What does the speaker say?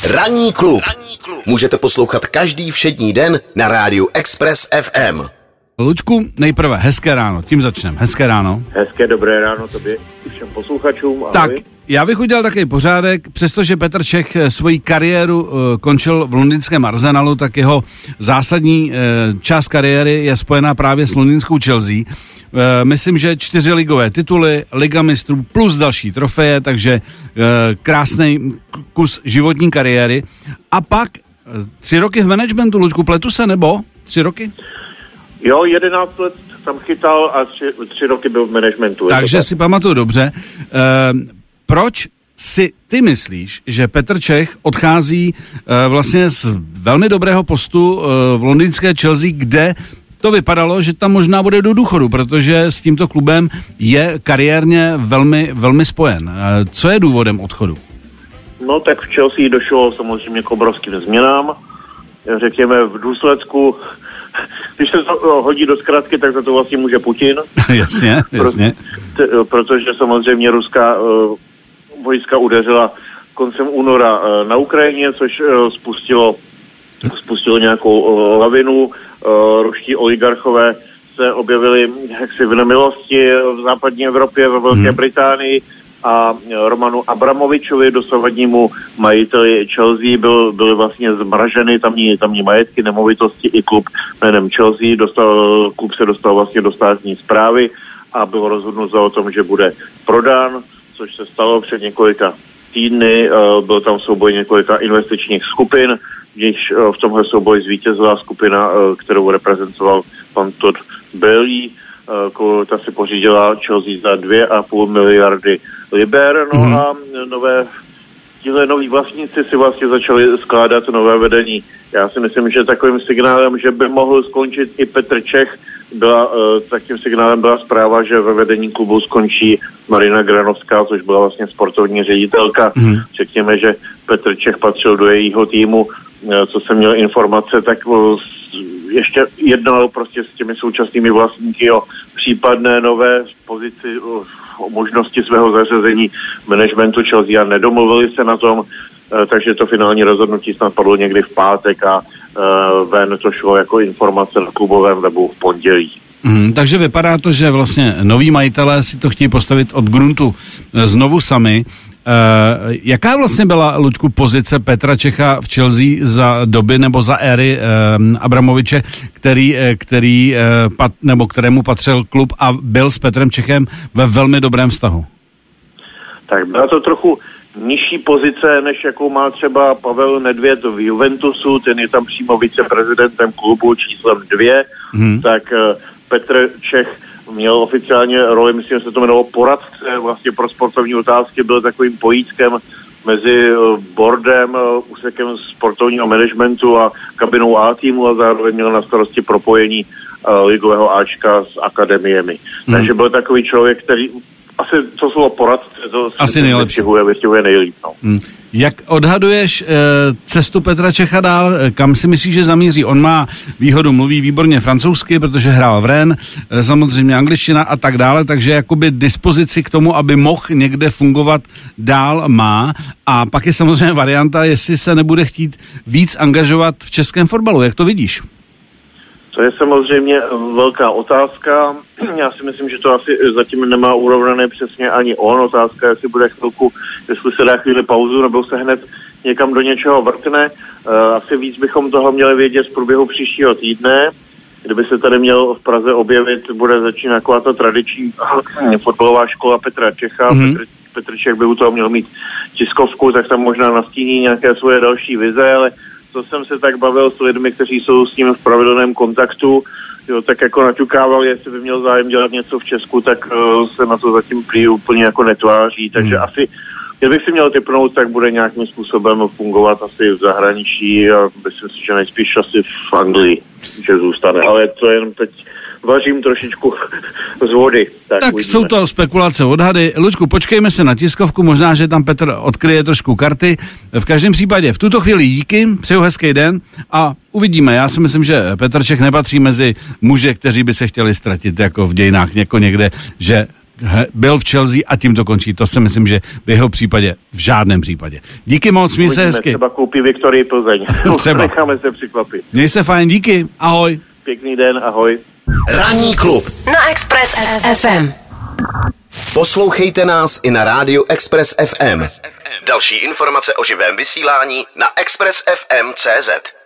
Ranní klub. Můžete poslouchat každý všední den na rádiu Express FM. Luďku, nejprve hezké ráno, tím začneme. Hezké ráno. Hezké dobré ráno tobě i všem posluchačům. Ahoj. Tak, já bych udělal takový pořádek, přestože Petr Čech svoji kariéru končil v londýnském Arsenalu, tak jeho zásadní část kariéry je spojená právě s londýnskou Chelsea. Myslím, že 4 ligové tituly, Liga mistrů plus další trofeje, takže krásný kus životní kariéry. A pak 3 roky v managementu, Luďku, pletu se, nebo 3 roky? Jo, 11 let jsem chytal a 3 roky byl v managementu. Takže si pamatuju dobře. Proč si ty myslíš, že Petr Čech odchází vlastně z velmi dobrého postu v londýnské Chelsea, kde to vypadalo, že tam možná bude do důchodu, protože s tímto klubem je kariérně velmi, velmi spojen. Co je důvodem odchodu? No tak v Chelsea došlo samozřejmě k obrovským změnám. Řekněme v důsledku, když se to hodí do zkratky, tak za to vlastně může Putin. Jasně. Protože samozřejmě ruská vojska udeřila koncem února na Ukrajině, což spustilo nějakou lavinu. Ruští oligarchové se objevili jaksi v nemilosti v západní Evropě, ve Velké Británii a Romanu Abramovičovi, dosavadnímu majiteli Chelsea, byly vlastně zmraženy tamní majetky, nemovitosti i klub jménem Chelsea. Klub se dostal vlastně do státní správy a bylo rozhodnuto o tom, že bude prodán, což se stalo před několika týdny. Byl tam souboj několika investičních skupin, když v tomhle souboji zvítězila skupina, kterou reprezentoval pan Todd Boehly. Ta si pořídila Chelsea za 2,5 miliardy liber. No a noví vlastníci si vlastně začali skládat nové vedení. Já si myslím, že takovým signálem, že by mohl skončit i Petr Čech, takým signálem byla zpráva, že ve vedení klubu skončí Marina Granovská, což byla vlastně sportovní ředitelka. Řekněme, že Petr Čech patřil do jejího týmu. Co jsem měl informace, tak ještě jednalo prostě s těmi současnými vlastníky o případné nové pozici, o možnosti svého zařazení managementu Chelsea a nedomluvili se na tom, takže to finální rozhodnutí snad padlo někdy v pátek a ven to šlo jako informace na klubovém webu v pondělí. Takže vypadá to, že vlastně noví majitelé si to chtějí postavit od gruntu znovu sami. Jaká vlastně byla, Luďku, pozice Petra Čecha v Chelsea za doby nebo za éry Abramoviče, kterému patřil klub a byl s Petrem Čechem ve velmi dobrém vztahu? Tak byla to trochu nižší pozice, než jakou má třeba Pavel Nedvěd v Juventusu, ten je tam přímo viceprezidentem klubu číslem 2, tak Petr Čech měl oficiálně roli, myslím, že se to jmenovalo poradce vlastně pro sportovní otázky, byl takovým pojítkem mezi boardem, úsekem sportovního managementu a kabinou A týmu a zároveň měl na starosti propojení ligového Ačka s akademiemi. Takže byl takový člověk, který asi to slovo poradce, to asi nejlepší. Vystihuje nejlíp. No. Jak odhaduješ cestu Petra Čecha dál? Kam si myslíš, že zamíří? On má výhodu, mluví výborně francouzsky, protože hrál v Rennes, samozřejmě angličtina a tak dále, takže jakoby dispozici k tomu, aby mohl někde fungovat dál má. A pak je samozřejmě varianta, jestli se nebude chtít víc angažovat v českém fotbalu. Jak to vidíš? To je samozřejmě velká otázka. Já si myslím, že to asi zatím nemá urovnané přesně ani on. Otázka, jestli bude chvilku, jestli se dá chvíli pauzu, nebo se hned někam do něčeho vrtne. Asi víc bychom toho měli vědět v průběhu příštího týdne. Kdyby se tady měl v Praze objevit, bude začínat taková ta tradiční fotbalová škola Petra Čecha. Petr Čech by u toho měl mít tiskovku, tak tam možná nastíní nějaké svoje další vize, ale to jsem se tak bavil s lidmi, kteří jsou s ním v pravidelném kontaktu, jo, tak jako naťukával, jestli by měl zájem dělat něco v Česku, tak se na to zatím prý úplně jako netváří, takže asi, kdybych si měl tipnout, tak bude nějakým způsobem fungovat asi v zahraničí a myslím si, že nejspíš asi v Anglii, že zůstane, ale to jenom teď vařím trošičku z vody. Tak jsou to spekulace, odhady. Luďku, počkejme se na tiskovku, možná, že tam Petr odkryje trošku karty. V každém případě v tuto chvíli díky, přeju hezký den a uvidíme. Já si myslím, že Petr Čech nepatří mezi muže, kteří by se chtěli ztratit jako v dějinách jako někde, že byl v Chelsea a tím to končí. To si myslím, že v jeho případě v žádném případě. Díky moc, měj se hezky. Třeba koupí Viktorii Plzeň. Třeba. Necháme se překvapit. Měj se fajn, díky, ahoj. Pěkný den, ahoj. Ranní klub na Express FM. Poslouchejte nás i na rádiu Express FM. Další informace o živém vysílání na expressfm.cz.